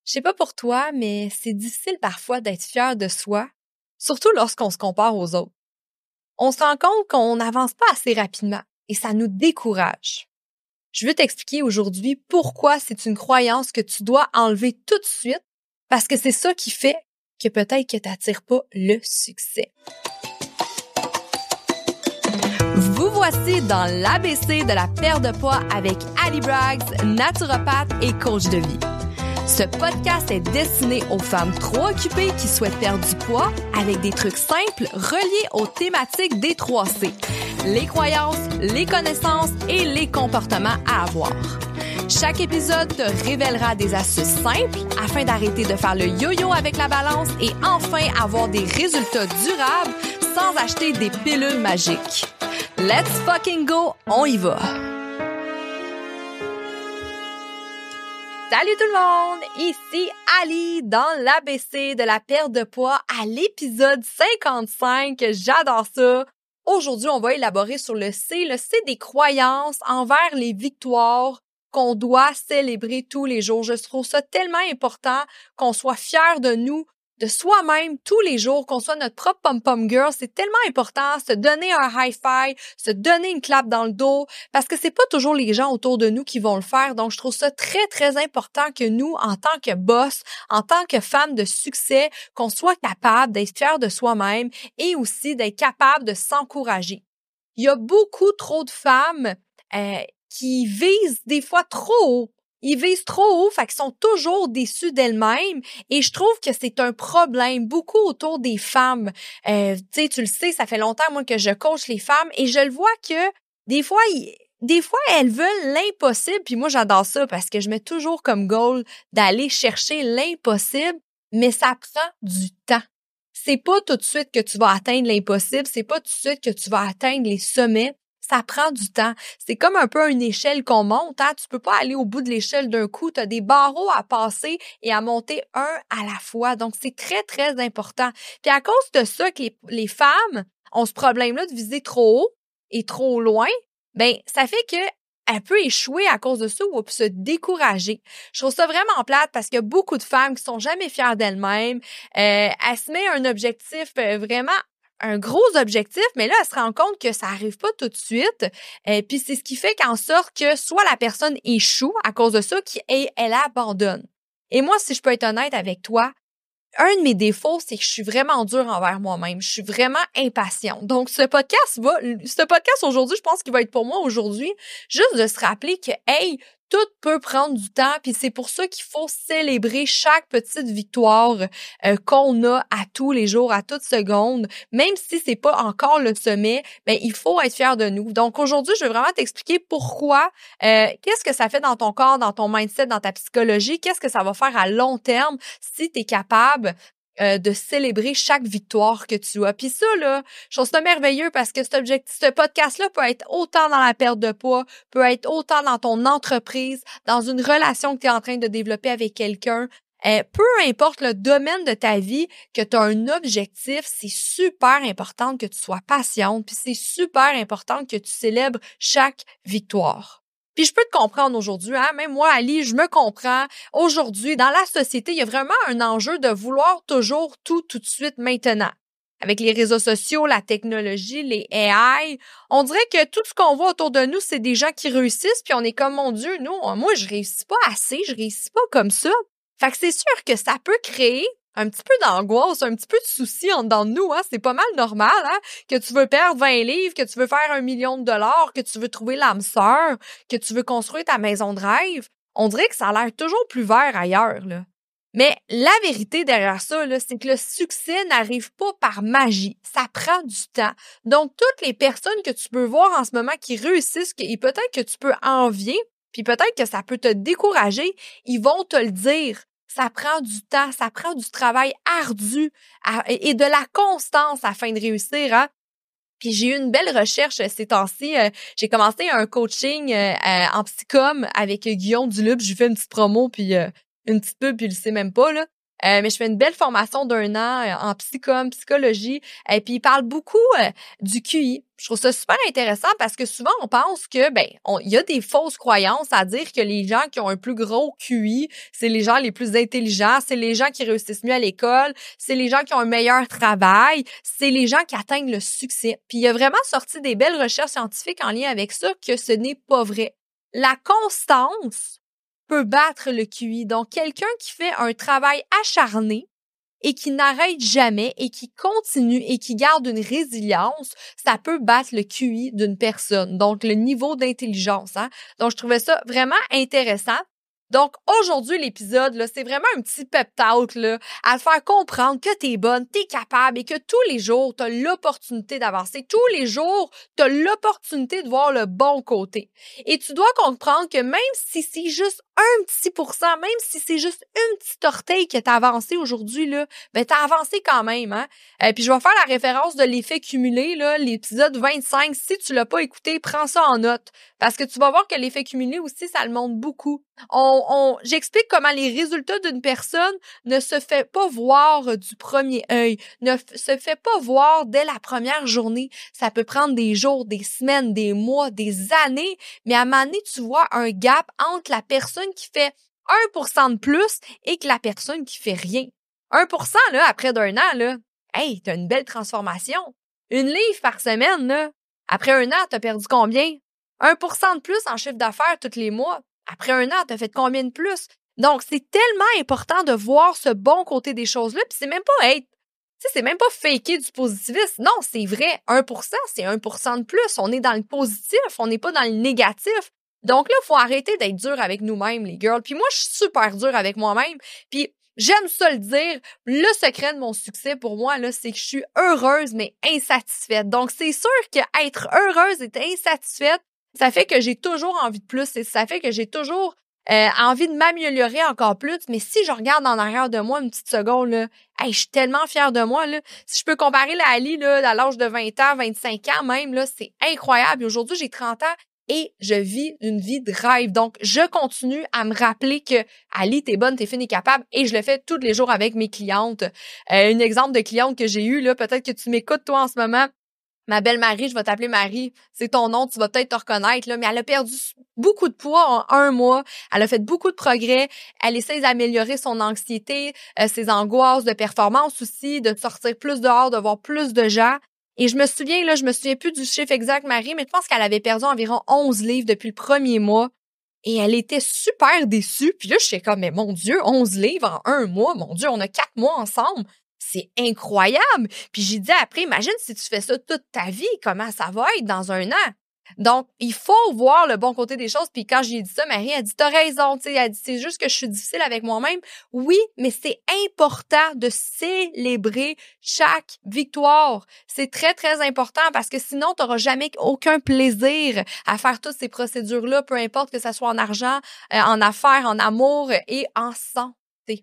Je sais pas pour toi, mais c'est difficile parfois d'être fier de soi, surtout lorsqu'on se compare aux autres. On se rend compte qu'on n'avance pas assez rapidement et ça nous décourage. Je veux t'expliquer aujourd'hui pourquoi c'est une croyance que tu dois enlever tout de suite parce que c'est ça qui fait que peut-être que tu n'attires pas le succès. Vous voici dans l'ABC de la perte de poids avec Ali Braggs, naturopathe et coach de vie. Ce podcast est destiné aux femmes trop occupées qui souhaitent perdre du poids avec des trucs simples reliés aux thématiques des 3C, les croyances, les connaissances et les comportements à avoir. Chaque épisode te révélera des astuces simples afin d'arrêter de faire le yo-yo avec la balance et enfin avoir des résultats durables sans acheter des pilules magiques. Let's fucking go, on y va! Salut tout le monde! Ici Ali dans l'ABC de la perte de poids à l'épisode 55. J'adore ça! Aujourd'hui, on va élaborer sur le C des croyances envers les victoires qu'on doit célébrer tous les jours. Je trouve ça tellement important qu'on soit fiers de nous, de soi-même tous les jours, qu'on soit notre propre pom-pom girl. C'est tellement important, se donner un high-five, se donner une clap dans le dos, parce que c'est pas toujours les gens autour de nous qui vont le faire. Donc, je trouve ça très, très important que nous, en tant que boss, en tant que femme de succès, qu'on soit capable d'être fiers de soi-même et aussi d'être capable de s'encourager. Il y a beaucoup trop de femmes qui visent des fois trop haut. Ils visent trop haut, fait qu'ils sont toujours déçus d'elles-mêmes et je trouve que c'est un problème beaucoup autour des femmes. Tu le sais, ça fait longtemps moi que je coach les femmes et je le vois que des fois elles veulent l'impossible puis moi j'adore ça parce que je mets toujours comme goal d'aller chercher l'impossible, mais ça prend du temps. C'est pas tout de suite que tu vas atteindre l'impossible, c'est pas tout de suite que tu vas atteindre les sommets. Ça prend du temps. C'est comme un peu une échelle qu'on monte. Hein? Tu peux pas aller au bout de l'échelle d'un coup. Tu as des barreaux à passer et à monter un à la fois. Donc, c'est très, très important. Puis à cause de ça que les femmes ont ce problème-là de viser trop haut et trop loin, ben ça fait que elle peut échouer à cause de ça ou se décourager. Je trouve ça vraiment plate parce qu'il y a beaucoup de femmes qui sont jamais fières d'elles-mêmes. Elle se met un objectif vraiment un gros objectif, mais là, elle se rend compte que ça arrive pas tout de suite. Puis c'est ce qui fait qu'en sorte que soit la personne échoue à cause de ça, elle abandonne. Et moi, si je peux être honnête avec toi, un de mes défauts, c'est que je suis vraiment dure envers moi-même. Je suis vraiment impatiente. Donc, ce podcast aujourd'hui, je pense qu'il va être pour moi aujourd'hui, juste de se rappeler que, hey, tout peut prendre du temps, puis c'est pour ça qu'il faut célébrer chaque petite victoire qu'on a à tous les jours, à toute seconde, même si c'est pas encore le sommet, ben il faut être fier de nous. Donc aujourd'hui, je vais vraiment t'expliquer pourquoi, qu'est-ce que ça fait dans ton corps, dans ton mindset, dans ta psychologie, qu'est-ce que ça va faire à long terme si tu es capable de célébrer chaque victoire que tu as. Puis ça, là, je trouve ça merveilleux parce que ce podcast-là peut être autant dans la perte de poids, peut être autant dans ton entreprise, dans une relation que tu es en train de développer avec quelqu'un. Peu importe le domaine de ta vie, que tu as un objectif, c'est super important que tu sois patiente, puis c'est super important que tu célèbres chaque victoire. Puis je peux te comprendre aujourd'hui, hein? Même moi, Ali, je me comprends. Aujourd'hui, dans la société, il y a vraiment un enjeu de vouloir toujours tout de suite maintenant. Avec les réseaux sociaux, la technologie, les AI, on dirait que tout ce qu'on voit autour de nous, c'est des gens qui réussissent, puis on est comme, mon Dieu, moi, je réussis pas assez, je réussis pas comme ça. Fait que c'est sûr que ça peut créer un petit peu d'angoisse, un petit peu de souci en dedans de nous, hein. C'est pas mal normal, hein, que tu veux perdre 20 livres, que tu veux faire 1 million de dollars, que tu veux trouver l'âme sœur, que tu veux construire ta maison de rêve. On dirait que ça a l'air toujours plus vert ailleurs, là. Mais la vérité derrière ça, là, c'est que le succès n'arrive pas par magie. Ça prend du temps. Donc, toutes les personnes que tu peux voir en ce moment qui réussissent, et peut-être que tu peux envier, puis peut-être que ça peut te décourager, ils vont te le dire. Ça prend du temps, ça prend du travail ardu et de la constance afin de réussir, hein. Puis j'ai eu une belle recherche ces temps-ci. J'ai commencé un coaching en psychom avec Guillaume Dulup. J'ai fait une petite promo puis une petite pub puis il le sait même pas là. mais je fais une belle formation d'1 an en psychologie. Et puis, il parle beaucoup du QI. Je trouve ça super intéressant parce que souvent, on pense que, il y a des fausses croyances à dire que les gens qui ont un plus gros QI, c'est les gens les plus intelligents, c'est les gens qui réussissent mieux à l'école, c'est les gens qui ont un meilleur travail, c'est les gens qui atteignent le succès. Puis, il y a vraiment sorti des belles recherches scientifiques en lien avec ça que ce n'est pas vrai. La constance peut battre le QI. Donc, quelqu'un qui fait un travail acharné et qui n'arrête jamais et qui continue et qui garde une résilience, ça peut battre le QI d'une personne. Donc, le niveau d'intelligence. Donc, je trouvais ça vraiment intéressant. Donc, aujourd'hui, l'épisode, là, c'est vraiment un petit pep talk, là, à te faire comprendre que t'es bonne, t'es capable et que tous les jours, t'as l'opportunité d'avancer. Tous les jours, t'as l'opportunité de voir le bon côté. Et tu dois comprendre que même si c'est juste 1%, même si c'est juste une petite orteil que t'as avancé aujourd'hui, là, t'as avancé quand même, hein. Puis je vais faire la référence de l'effet cumulé, là, l'épisode 25. Si tu l'as pas écouté, prends ça en note. Parce que tu vas voir que l'effet cumulé aussi, ça le montre beaucoup. J'explique comment les résultats d'une personne ne se fait pas voir du premier œil, ne se fait pas voir dès la première journée. Ça peut prendre des jours, des semaines, des mois, des années, mais à un moment donné, tu vois un gap entre la personne qui fait 1% de plus et que la personne qui fait rien. 1%, là, après d'1 an, là, hey, t'as une belle transformation. 1 livre par semaine, là, après 1 an, t'as perdu combien? 1% de plus en chiffre d'affaires tous les mois. Après 1 an, t'as fait combien de plus? Donc, c'est tellement important de voir ce bon côté des choses-là, puis c'est même pas être, c'est même pas faker du positivisme. Non, c'est vrai, 1%, c'est 1% de plus. On est dans le positif, on n'est pas dans le négatif. Donc là, il faut arrêter d'être dur avec nous-mêmes, les girls. Puis moi, je suis super dure avec moi-même, puis j'aime ça le dire. Le secret de mon succès pour moi, là, c'est que je suis heureuse, mais insatisfaite. Donc, c'est sûr qu'être heureuse et insatisfaite, ça fait que j'ai toujours envie de plus et ça fait que j'ai toujours envie de m'améliorer encore plus. Mais si je regarde en arrière de moi une petite seconde, là, hey, je suis tellement fière de moi. Là. Si je peux comparer la Ali là, à l'âge de 20 ans, 25 ans même, là, c'est incroyable. Aujourd'hui, j'ai 30 ans et je vis une vie de rêve. Donc, je continue à me rappeler que Ali, t'es bonne, t'es fine et capable et je le fais tous les jours avec mes clientes. Un exemple de cliente que j'ai eu, là, peut-être que tu m'écoutes toi en ce moment. Ma belle-Marie, je vais t'appeler Marie, c'est ton nom, tu vas peut-être te reconnaître, là, mais elle a perdu beaucoup de poids en 1 mois. Elle a fait beaucoup de progrès. Elle essaie d'améliorer son anxiété, ses angoisses de performance aussi, de sortir plus dehors, de voir plus de gens. Et je me souviens plus du chiffre exact, Marie, mais je pense qu'elle avait perdu environ 11 livres depuis le premier mois. Et elle était super déçue. Puis là, je suis comme, mais mon Dieu, 11 livres en 1 mois. Mon Dieu, on a 4 mois ensemble. C'est incroyable. Puis j'ai dit après, imagine si tu fais ça toute ta vie, comment ça va être dans 1 an? Donc, il faut voir le bon côté des choses. Puis quand j'ai dit ça, Marie a dit, t'as raison, tu sais, elle dit, c'est juste que je suis difficile avec moi-même. Oui, mais c'est important de célébrer chaque victoire. C'est très, très important parce que sinon, t'auras jamais aucun plaisir à faire toutes ces procédures-là, peu importe que ça soit en argent, en affaires, en amour et en santé.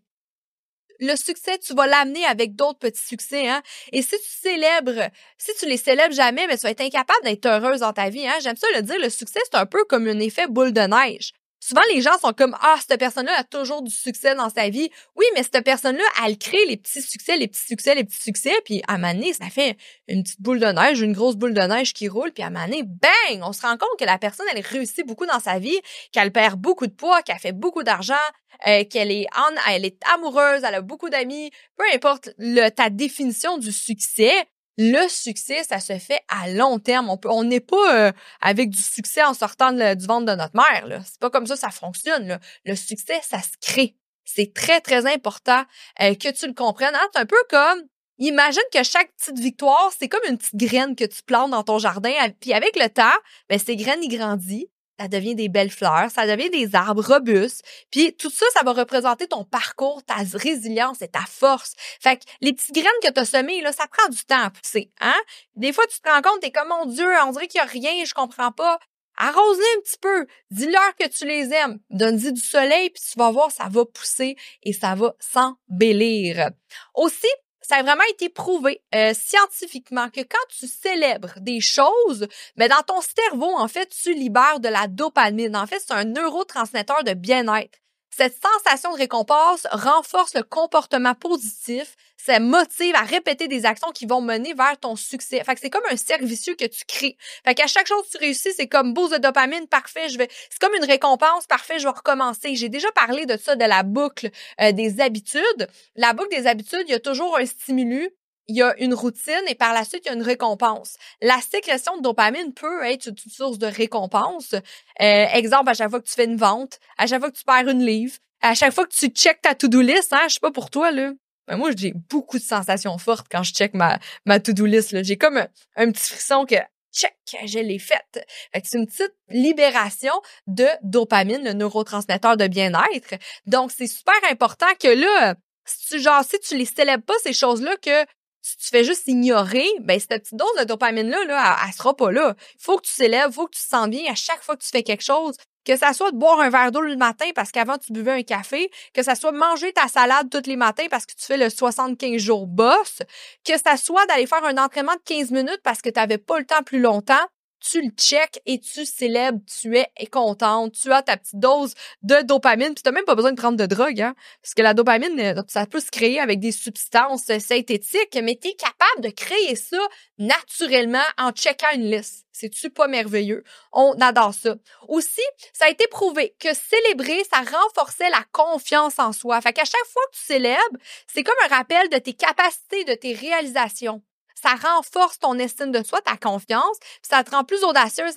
Le succès, tu vas l'amener avec d'autres petits succès, hein. Et si tu les célèbres jamais, tu vas être incapable d'être heureuse dans ta vie, hein. J'aime ça le dire, le succès, c'est un peu comme un effet boule de neige. Souvent, les gens sont comme, cette personne-là a toujours du succès dans sa vie. Oui, mais cette personne-là, elle crée les petits succès, puis à un moment donné, ça fait une petite boule de neige, une grosse boule de neige qui roule, puis à un moment donné, bang! On se rend compte que la personne, elle réussit beaucoup dans sa vie, qu'elle perd beaucoup de poids, qu'elle fait beaucoup d'argent, qu'elle est amoureuse, elle a beaucoup d'amis. Peu importe ta définition du succès, le succès, ça se fait à long terme. On n'est pas avec du succès en sortant du ventre de notre mère, là. C'est pas comme ça fonctionne, là. Le succès, ça se crée. C'est très, très important que tu le comprennes. Hein? C'est un peu comme, imagine que chaque petite victoire, c'est comme une petite graine que tu plantes dans ton jardin. Puis avec le temps, ces graines, ils grandissent. Ça devient des belles fleurs, ça devient des arbres robustes. Puis tout ça, ça va représenter ton parcours, ta résilience et ta force. Fait que les petites graines que tu as semées, là, ça prend du temps à pousser. Hein? Des fois, tu te rends compte, t'es comme, mon Dieu, on dirait qu'il y a rien, je comprends pas. Arrose-les un petit peu. Dis-leur que tu les aimes. Donne-y du soleil, puis tu vas voir, ça va pousser et ça va s'embellir. Aussi, ça a vraiment été prouvé scientifiquement que quand tu célèbres des choses, dans ton cerveau, en fait, tu libères de la dopamine. En fait, c'est un neurotransmetteur de bien-être. Cette sensation de récompense renforce le comportement positif, ça motive à répéter des actions qui vont mener vers ton succès. Fait que c'est comme un cercle vicieux que tu crées. Fait qu'à chaque chose que tu réussis, c'est comme boost de dopamine, parfait, c'est comme une récompense, parfait, je vais recommencer. J'ai déjà parlé de ça, de la boucle des habitudes. La boucle des habitudes, il y a toujours un stimulus, il y a une routine et par la suite, il y a une récompense. La sécrétion de dopamine peut être une source de récompense. Exemple, à chaque fois que tu fais une vente, à chaque fois que tu perds une livre, à chaque fois que tu checkes ta to-do list, je sais pas pour toi, là. Ben moi, j'ai beaucoup de sensations fortes quand je check ma to-do list, là. J'ai comme un petit frisson que check, je l'ai faite. Fait que c'est une petite libération de dopamine, le neurotransmetteur de bien-être. Donc, c'est super important que là, si tu les célèbres pas, ces choses-là, que si tu fais juste ignorer, ben cette petite dose de dopamine-là, elle sera pas là. Il faut que tu célèbres, il faut que tu te sens bien à chaque fois que tu fais quelque chose. Que ça soit de boire un verre d'eau le matin parce qu'avant tu buvais un café, que ça soit manger ta salade tous les matins parce que tu fais le 75 jours boss, que ça soit d'aller faire un entraînement de 15 minutes parce que tu n'avais pas le temps plus longtemps, tu le check et tu célèbres, tu es contente, tu as ta petite dose de dopamine, puis tu n'as même pas besoin de prendre de drogue, parce que la dopamine, ça peut se créer avec des substances synthétiques, mais tu es capable de créer ça naturellement en checkant une liste. C'est-tu pas merveilleux? On adore ça. Aussi, ça a été prouvé que célébrer, ça renforçait la confiance en soi. Fait qu'à chaque fois que tu célèbres, c'est comme un rappel de tes capacités, de tes réalisations. Ça renforce ton estime de soi, ta confiance, puis ça te rend plus audacieuse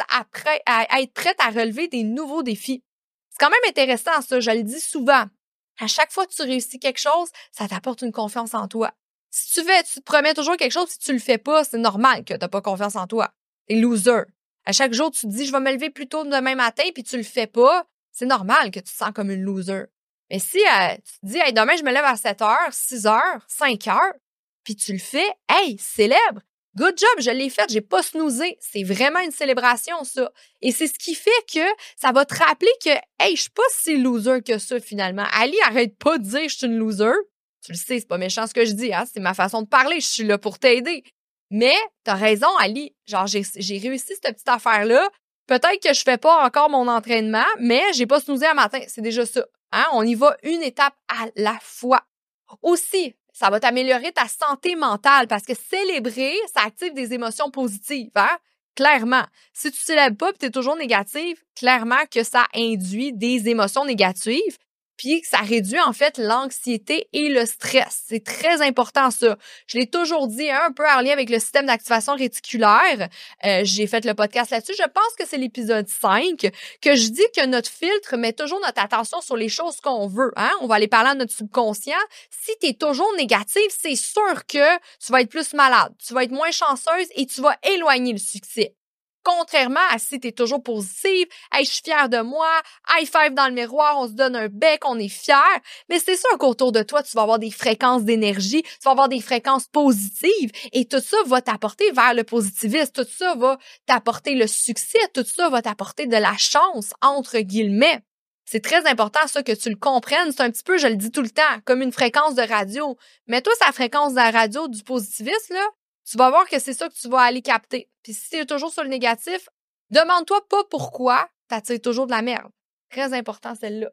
à être prête à relever des nouveaux défis. C'est quand même intéressant, ça, je le dis souvent. À chaque fois que tu réussis quelque chose, ça t'apporte une confiance en toi. Si tu te promets toujours quelque chose, si tu le fais pas, c'est normal que tu n'as pas confiance en toi. T'es loser. À chaque jour, tu te dis, je vais me lever plus tôt demain matin, puis tu le fais pas, c'est normal que tu te sens comme une loser. Mais si tu te dis, hey, demain, je me lève à 7 heures, 6 heures, 5 heures, puis tu le fais, hey, célèbre! Good job, je l'ai fait, j'ai pas snoozé. C'est vraiment une célébration, ça. Et c'est ce qui fait que ça va te rappeler que, hey, je suis pas si loser que ça, finalement. Ali, arrête pas de dire je suis une loser. Tu le sais, c'est pas méchant ce que je dis, c'est ma façon de parler, je suis là pour t'aider. Mais t'as raison, Ali. Genre, j'ai réussi cette petite affaire-là. Peut-être que je fais pas encore mon entraînement, mais j'ai pas snoozé un matin. C'est déjà ça. On y va une étape à la fois. Aussi, ça va t'améliorer ta santé mentale parce que célébrer, ça active des émotions positives, Clairement. Si tu célèbres pas et tu es toujours négative, clairement que ça induit des émotions négatives. Puis ça réduit en fait l'anxiété et le stress. C'est très important ça. Je l'ai toujours dit un peu en lien avec le système d'activation réticulaire. J'ai fait le podcast là-dessus. Je pense que c'est l'épisode 5 que je dis que notre filtre met toujours notre attention sur les choses qu'on veut. On va aller parler à notre subconscient. Si tu es toujours négative, c'est sûr que tu vas être plus malade, tu vas être moins chanceuse et tu vas éloigner le succès. Contrairement à si t'es toujours positive, hey, je suis fière de moi, high five dans le miroir, on se donne un bec, on est fier. Mais c'est sûr qu'autour de toi, tu vas avoir des fréquences d'énergie, tu vas avoir des fréquences positives et tout ça va t'apporter vers le positivisme, tout ça va t'apporter le succès, tout ça va t'apporter de la chance, entre guillemets. C'est très important, ça, que tu le comprennes. C'est un petit peu, je le dis tout le temps, comme une fréquence de radio. Mets-toi sa fréquence de la radio du positivisme, là, tu vas voir que c'est ça que tu vas aller capter. Puis si tu es toujours sur le négatif, demande-toi pas pourquoi tu attires toujours de la merde. Très important, celle-là.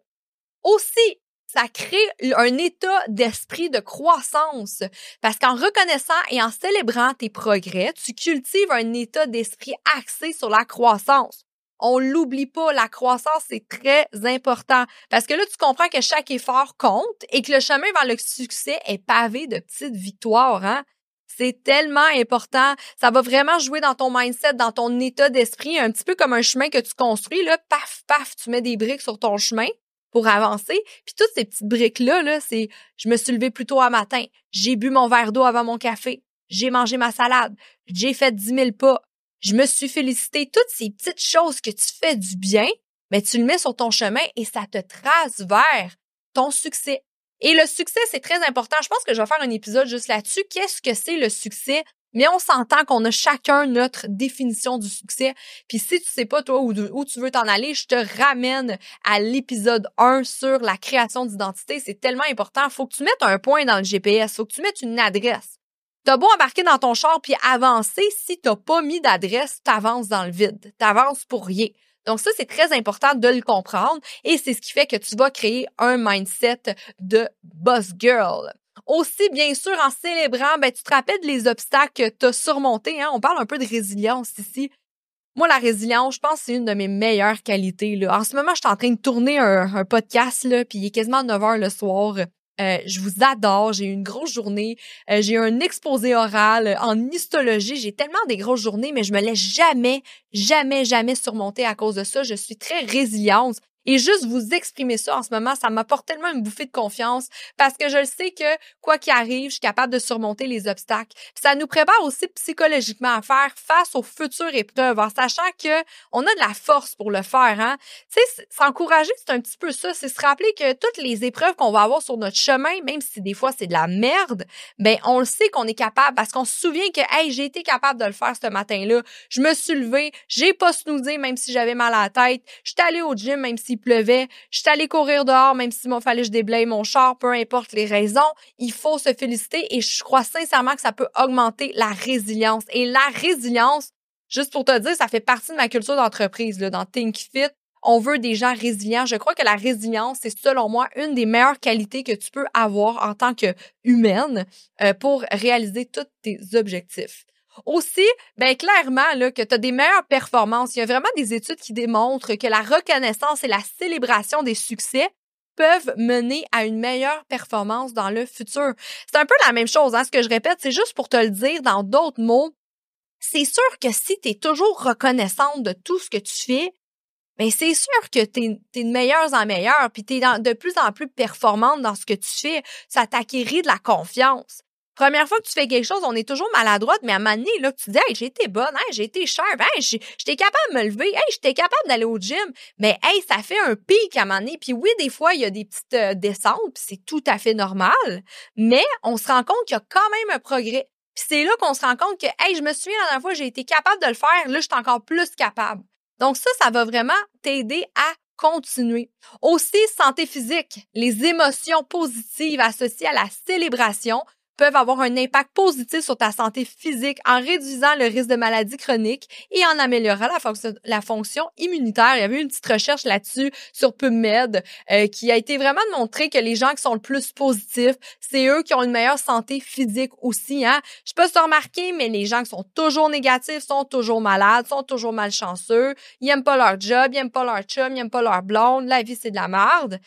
Aussi, ça crée un état d'esprit de croissance parce qu'en reconnaissant et en célébrant tes progrès, tu cultives un état d'esprit axé sur la croissance. On l'oublie pas, la croissance, c'est très important parce que là, tu comprends que chaque effort compte et que le chemin vers le succès est pavé de petites victoires, C'est tellement important. Ça va vraiment jouer dans ton mindset, dans ton état d'esprit, un petit peu comme un chemin que tu construis, là, paf, paf, tu mets des briques sur ton chemin pour avancer. Puis toutes ces petites briques-là, c'est je me suis levée plus tôt un matin, j'ai bu mon verre d'eau avant mon café, j'ai mangé ma salade, j'ai fait 10 000 pas, je me suis félicitée. Toutes ces petites choses que tu fais du bien, mais tu le mets sur ton chemin et ça te trace vers ton succès. Et le succès, c'est très important. Je pense que je vais faire un épisode juste là-dessus. Qu'est-ce que c'est le succès? Mais on s'entend qu'on a chacun notre définition du succès. Puis si tu sais pas, toi, où tu veux t'en aller, je te ramène à l'épisode 1 sur la création d'identité. C'est tellement important. Faut que tu mettes un point dans le GPS. Faut que tu mettes une adresse. T'as beau embarquer dans ton char puis avancer, si t'as pas mis d'adresse, t'avances dans le vide. T'avances pour rien. Donc ça, c'est très important de le comprendre et c'est ce qui fait que tu vas créer un mindset de boss girl. Aussi, bien sûr, en célébrant, tu te rappelles les obstacles que tu as surmontés. Hein? On parle un peu de résilience ici. Moi, la résilience, je pense que c'est une de mes meilleures qualités. Là. En ce moment, je suis en train de tourner un podcast, là, puis il est quasiment 9 heures le soir. Je vous adore, j'ai eu une grosse journée. J'ai eu un exposé oral en histologie. J'ai tellement des grosses journées, mais je me laisse jamais surmonter à cause de ça. Je suis très résiliente. Et juste vous exprimer ça en ce moment, ça m'apporte tellement une bouffée de confiance parce que je le sais que, quoi qu'il arrive, je suis capable de surmonter les obstacles. Puis ça nous prépare aussi psychologiquement à faire face aux futures épreuves en sachant que on a de la force pour le faire. Hein? Tu sais, s'encourager, c'est un petit peu ça. C'est se rappeler que toutes les épreuves qu'on va avoir sur notre chemin, même si des fois c'est de la merde, on le sait qu'on est capable parce qu'on se souvient que, hey, j'ai été capable de le faire ce matin-là. Je me suis levée, j'ai pas snoozé même si j'avais mal à la tête. Je suis allée au gym même s'il pleuvait. Je suis allée courir dehors, même s'il m'a fallu que je déblaye mon char, peu importe les raisons. Il faut se féliciter et je crois sincèrement que ça peut augmenter la résilience. Et la résilience, juste pour te dire, ça fait partie de ma culture d'entreprise, là, dans Think Fit. On veut des gens résilients. Je crois que la résilience, c'est selon moi une des meilleures qualités que tu peux avoir en tant qu'humaine pour réaliser tous tes objectifs. Aussi, clairement là, que tu as des meilleures performances. Il y a vraiment des études qui démontrent que la reconnaissance et la célébration des succès peuvent mener à une meilleure performance dans le futur. C'est un peu la même chose, hein, ce que je répète, c'est juste pour te le dire dans d'autres mots. C'est sûr que si tu es toujours reconnaissante de tout ce que tu fais, c'est sûr que t'es de meilleure en meilleure, puis t'es de plus en plus performante dans ce que tu fais. Ça t'acquérit de la confiance. Première fois que tu fais quelque chose, on est toujours maladroite, mais à un moment donné, là, tu dis, hey, j'ai été bonne, hey, j'ai été sharp, hey, j'étais capable de me lever, hey, j'étais capable d'aller au gym. Mais, hey, ça fait un pic à un moment donné. Puis oui, des fois, il y a des petites descentes, puis c'est tout à fait normal. Mais on se rend compte qu'il y a quand même un progrès. Puis c'est là qu'on se rend compte que, hey, je me souviens la dernière fois, j'ai été capable de le faire, là, je suis encore plus capable. Donc ça va vraiment t'aider à continuer. Aussi, santé physique. Les émotions positives associées à la célébration peuvent avoir un impact positif sur ta santé physique en réduisant le risque de maladies chroniques et en améliorant la fonction immunitaire. Il y avait une petite recherche là-dessus sur PubMed qui a été vraiment montré que les gens qui sont le plus positifs, c'est eux qui ont une meilleure santé physique aussi. Hein? Je sais pas si tu as remarqué, mais les gens qui sont toujours négatifs sont toujours malades, sont toujours malchanceux, ils aiment pas leur job, ils aiment pas leur chum, ils aiment pas leur blonde, la vie c'est de la merde.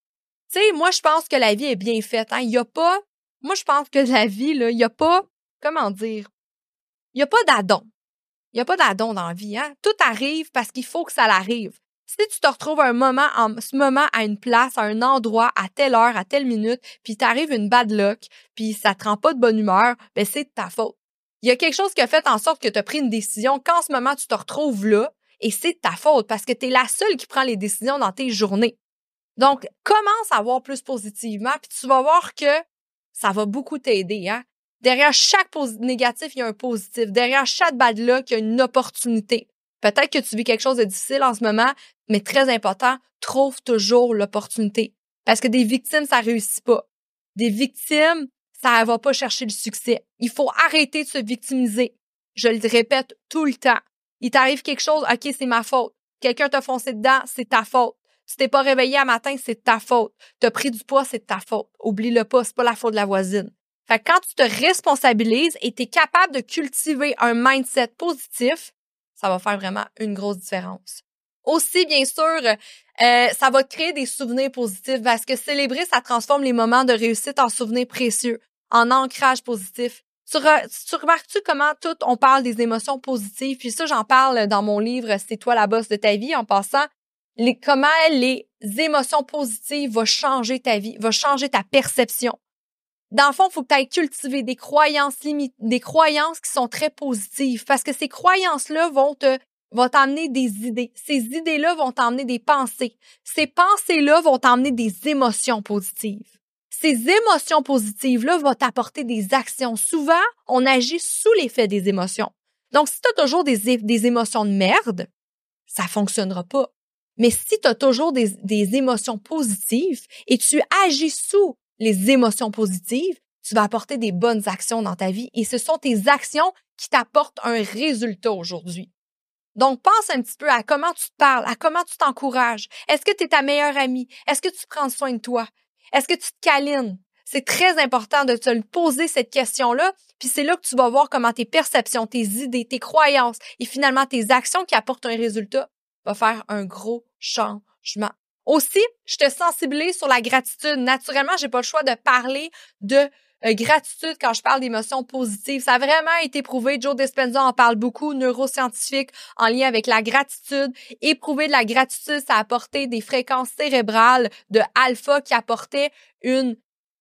Tu sais, moi je pense que la vie est bien faite. Hein? Moi, je pense que la vie, là, il n'y a pas, comment dire, il n'y a pas d'addon. Il n'y a pas d'addon dans la vie, hein. Tout arrive parce qu'il faut que ça l'arrive. Si tu te retrouves ce moment à une place, à un endroit, à telle heure, à telle minute, puis t'arrives une bad luck, puis ça te rend pas de bonne humeur, c'est de ta faute. Il y a quelque chose qui a fait en sorte que tu as pris une décision qu'en ce moment, tu te retrouves là, et c'est de ta faute parce que tu es la seule qui prend les décisions dans tes journées. Donc, commence à voir plus positivement, puis tu vas voir que ça va beaucoup t'aider. Hein? Derrière chaque négatif, il y a un positif. Derrière chaque bad luck, il y a une opportunité. Peut-être que tu vis quelque chose de difficile en ce moment, mais très important, trouve toujours l'opportunité. Parce que des victimes, ça réussit pas. Des victimes, ça va pas chercher le succès. Il faut arrêter de se victimiser. Je le répète tout le temps. Il t'arrive quelque chose, OK, c'est ma faute. Quelqu'un t'a foncé dedans, c'est ta faute. Tu t'es pas réveillé à matin, c'est de ta faute. T'as pris du poids, c'est de ta faute. Oublie-le pas, c'est pas la faute de la voisine. Fait que quand tu te responsabilises et t'es capable de cultiver un mindset positif, ça va faire vraiment une grosse différence. Aussi, bien sûr, ça va te créer des souvenirs positifs parce que célébrer, ça transforme les moments de réussite en souvenirs précieux, en ancrage positif. Tu remarques-tu comment on parle des émotions positives? Puis ça, j'en parle dans mon livre « C'est toi la boss de ta vie » en passant. Comment les émotions positives vont changer ta vie, vont changer ta perception. Dans le fond, il faut que tu ailles cultiver des croyances qui sont très positives parce que ces croyances-là vont t'emmener des idées. Ces idées-là vont t'emmener des pensées. Ces pensées-là vont t'emmener des émotions positives. Ces émotions positives-là vont t'apporter des actions. Souvent, on agit sous l'effet des émotions. Donc, si tu as toujours des émotions de merde, ça fonctionnera pas. Mais si tu as toujours des émotions positives et tu agis sous les émotions positives, tu vas apporter des bonnes actions dans ta vie et ce sont tes actions qui t'apportent un résultat aujourd'hui. Donc, pense un petit peu à comment tu te parles, à comment tu t'encourages. Est-ce que tu es ta meilleure amie? Est-ce que tu prends soin de toi? Est-ce que tu te câlines? C'est très important de te poser cette question-là, puis c'est là que tu vas voir comment tes perceptions, tes idées, tes croyances et finalement tes actions qui apportent un résultat vont faire un gros changement. Aussi, je te sensibilise sur la gratitude. Naturellement, j'ai pas le choix de parler de gratitude quand je parle d'émotions positives. Ça a vraiment été prouvé. Joe Dispenza en parle beaucoup, neuroscientifique, en lien avec la gratitude. Éprouver de la gratitude, ça a apporté des fréquences cérébrales de alpha qui apportaient une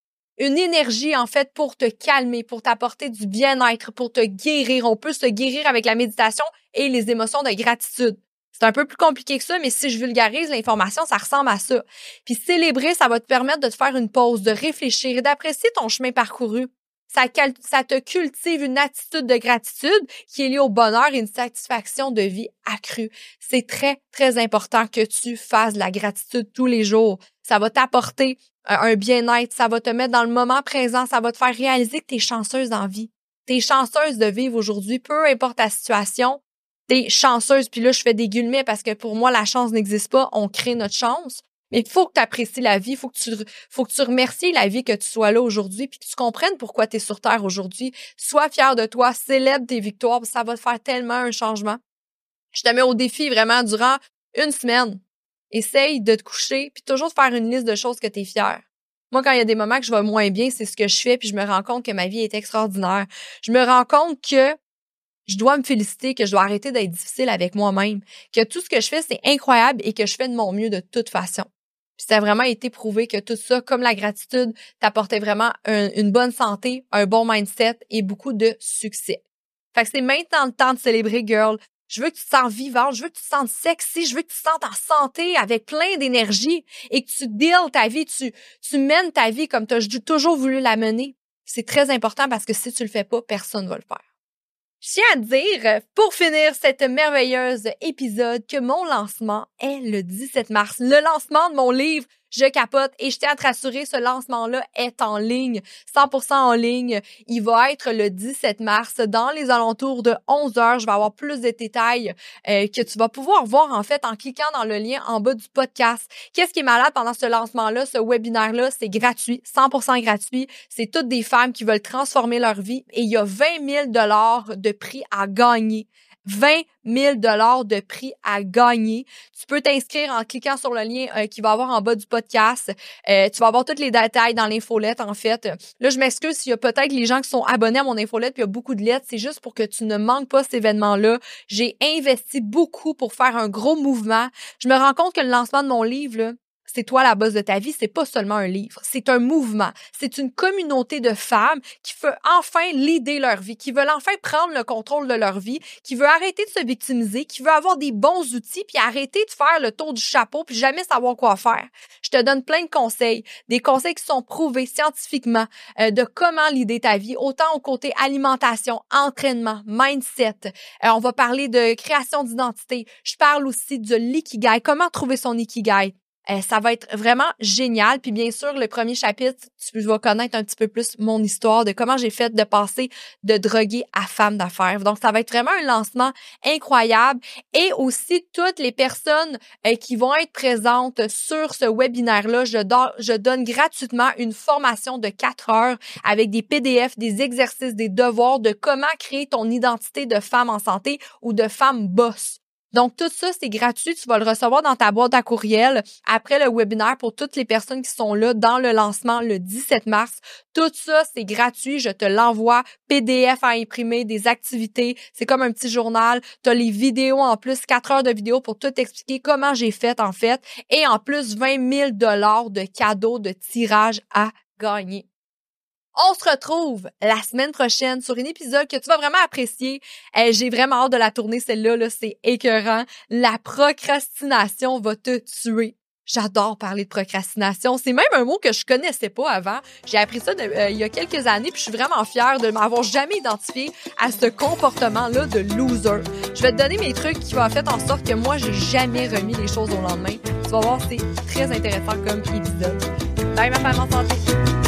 énergie, en fait, pour te calmer, pour t'apporter du bien-être, pour te guérir. On peut se guérir avec la méditation et les émotions de gratitude. C'est un peu plus compliqué que ça, mais si je vulgarise l'information, ça ressemble à ça. Puis célébrer, ça va te permettre de te faire une pause, de réfléchir et d'apprécier ton chemin parcouru. Ça te cultive une attitude de gratitude qui est liée au bonheur et une satisfaction de vie accrue. C'est très, très important que tu fasses de la gratitude tous les jours. Ça va t'apporter un bien-être, ça va te mettre dans le moment présent, ça va te faire réaliser que tu es chanceuse dans la vie. Tu es chanceuse de vivre aujourd'hui, peu importe ta situation. T'es chanceuse, puis là, je fais des guillemets parce que pour moi, la chance n'existe pas, on crée notre chance. Mais il faut que tu apprécies la vie, il faut que tu remercies la vie que tu sois là aujourd'hui, puis que tu comprennes pourquoi tu es sur Terre aujourd'hui. Sois fière de toi, célèbre tes victoires, ça va te faire tellement un changement. Je te mets au défi vraiment durant une semaine. Essaye de te coucher, puis toujours de faire une liste de choses que tu es fière. Moi, quand il y a des moments que je vais moins bien, c'est ce que je fais, puis je me rends compte que ma vie est extraordinaire. Je me rends compte que je dois me féliciter, que je dois arrêter d'être difficile avec moi-même, que tout ce que je fais, c'est incroyable et que je fais de mon mieux de toute façon. Puis ça a vraiment été prouvé que tout ça, comme la gratitude, t'apportait vraiment une bonne santé, un bon mindset et beaucoup de succès. Fait que c'est maintenant le temps de célébrer, girl. Je veux que tu te sentes vivante, je veux que tu te sentes sexy, je veux que tu te sentes en santé avec plein d'énergie et que tu deals ta vie, tu mènes ta vie comme tu as toujours voulu la mener. C'est très important parce que si tu le fais pas, personne va le faire. Je tiens à te dire, pour finir cette merveilleuse épisode, que mon lancement est le 17 mars. Le lancement de mon livre, Je capote, et je tiens à te rassurer, ce lancement-là est en ligne, 100% en ligne. Il va être le 17 mars dans les alentours de 11h. Je vais avoir plus de détails que tu vas pouvoir voir en fait en cliquant dans le lien en bas du podcast. Qu'est-ce qui est malade pendant ce lancement-là, ce webinaire-là? C'est gratuit, 100% gratuit. C'est toutes des femmes qui veulent transformer leur vie et il y a 20 000 $ de prix à gagner. 20 000 $ de prix à gagner. Tu peux t'inscrire en cliquant sur le lien qui va avoir en bas du podcast. Tu vas avoir tous les détails dans l'infolette, en fait. Là, je m'excuse s'il y a peut-être les gens qui sont abonnés à mon infolette puis il y a beaucoup de lettres. C'est juste pour que tu ne manques pas cet événement-là. J'ai investi beaucoup pour faire un gros mouvement. Je me rends compte que le lancement de mon livre, là, c'est toi la base de ta vie, c'est pas seulement un livre, c'est un mouvement, c'est une communauté de femmes qui veulent enfin leader leur vie, qui veulent enfin prendre le contrôle de leur vie, qui veulent arrêter de se victimiser, qui veulent avoir des bons outils puis arrêter de faire le tour du chapeau puis jamais savoir quoi faire. Je te donne plein de conseils, des conseils qui sont prouvés scientifiquement de comment leader ta vie, autant au côté alimentation, entraînement, mindset. On va parler de création d'identité. Je parle aussi de l'ikigai, comment trouver son ikigai. Ça va être vraiment génial. Puis bien sûr, le premier chapitre, tu vas connaître un petit peu plus mon histoire de comment j'ai fait de passer de droguée à femme d'affaires. Donc, ça va être vraiment un lancement incroyable. Et aussi, toutes les personnes qui vont être présentes sur ce webinaire-là, je donne gratuitement une formation de 4 heures avec des PDF, des exercices, des devoirs de comment créer ton identité de femme en santé ou de femme boss. Donc, tout ça, c'est gratuit. Tu vas le recevoir dans ta boîte à courriel après le webinaire pour toutes les personnes qui sont là dans le lancement le 17 mars. Tout ça, c'est gratuit. Je te l'envoie. PDF à imprimer, des activités. C'est comme un petit journal. Tu as les vidéos en plus, 4 heures de vidéos pour tout expliquer comment j'ai fait, en fait. Et en plus, 20 000 $ de cadeaux de tirage à gagner. On se retrouve la semaine prochaine sur un épisode que tu vas vraiment apprécier. J'ai vraiment hâte de la tourner, celle-là, là, c'est écœurant. La procrastination va te tuer. J'adore parler de procrastination. C'est même un mot que je connaissais pas avant. J'ai appris ça il y a quelques années puis je suis vraiment fière de m'avoir jamais identifié à ce comportement-là de loser. Je vais te donner mes trucs qui vont faire en sorte que moi, j'ai jamais remis les choses au lendemain. Tu vas voir, c'est très intéressant comme épisode. Bye ma femme en santé!